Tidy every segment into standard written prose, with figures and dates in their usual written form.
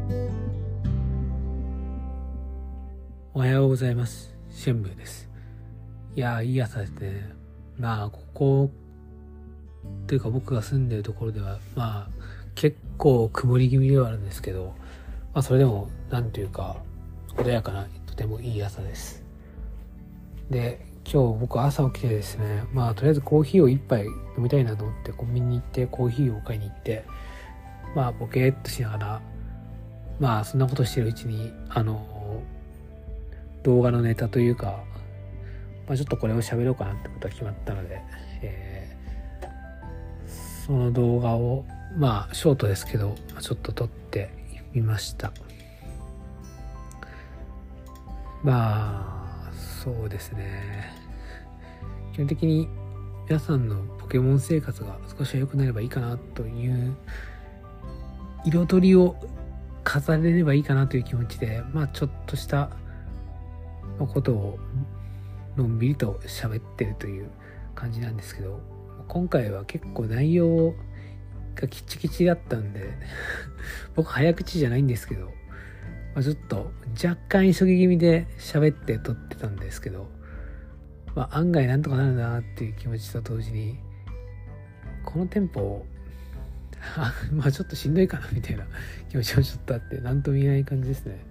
おはようございます。シェンムーです。いい朝ですね。ここというか僕が住んでるところでは結構曇り気味ではあるんですけど、それでもなんというか穏やかなとてもいい朝です。で、今日僕朝起きてですね、とりあえずコーヒーを一杯飲みたいなと思ってコンビニに行ってコーヒーを買いに行って、ボケーっとしながらそんなことしてるうちに動画のネタというか、ちょっとこれを喋ろうかなってことが決まったので、その動画をショートですけどちょっと撮ってみました。そうですね、基本的に皆さんのポケモン生活が少しは良くなればいいかなという彩りを飾れればいいかなという気持ちで、ちょっとしたことをのんびりと喋ってるという感じなんですけど、今回は結構内容がキチキチだったんで僕早口じゃないんですけど、ちょっと若干急ぎ気味で喋って撮ってたんですけど、案外なんとかなるなっていう気持ちと同時に、このテンポちょっとしんどいかなみたいな気持ちもちょっとあって、なんとも言えない感じですね。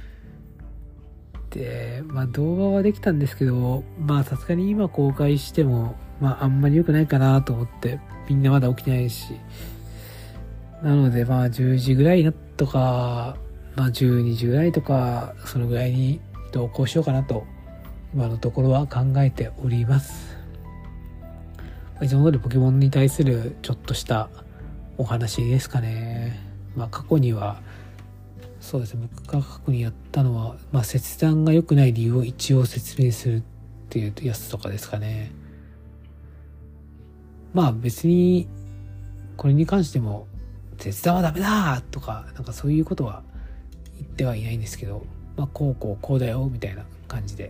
で、動画はできたんですけど、さすがに今公開してもあんまり良くないかなと思って、みんなまだ起きてないし、なので10時ぐらいとか12時ぐらいとか、そのぐらいに投稿しようかなと今のところは考えております。いつも通りポケモンに対するちょっとしたお話ですかね。過去にはそうですね、僕が過去にやったのは、切断が良くない理由を一応説明するっていうやつとかですかね。別にこれに関しても切断はダメだとかそういうことは言ってはいないんですけど、こうだよみたいな感じ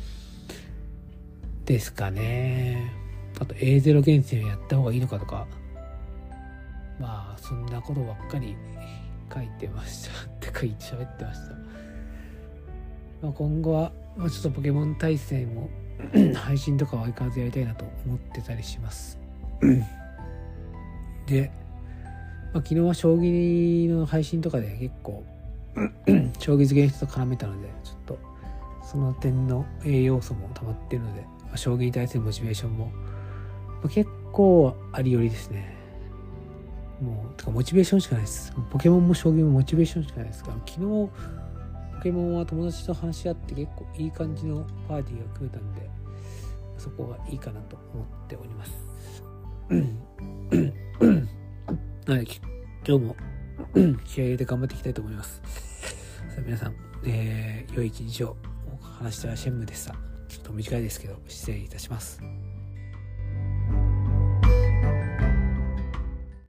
ですかね。あと A0 厳選をやった方がいいのかとか、そんなことばっかり書いてましたって喋ってました。今後はちょっとポケモン対戦も配信とかは相変わらずやりたいなと思ってたりしますで、昨日は将棋の配信とかで結構将棋好きの人と絡めたので、ちょっとその点の栄養素も溜まっているので、将棋に対するモチベーションも、結構ありよりですね。モチベーションしかないです。ポケモンも将棋もモチベーションしかないですから、昨日ポケモンは友達と話し合って結構いい感じのパーティーが組めたんで、そこがいいかなと思っておりますはい、今日も気合い入れて頑張っていきたいと思います。さあ皆さん、良い一日を。話してはシェンムでした。ちょっと短いですけど失礼いたします。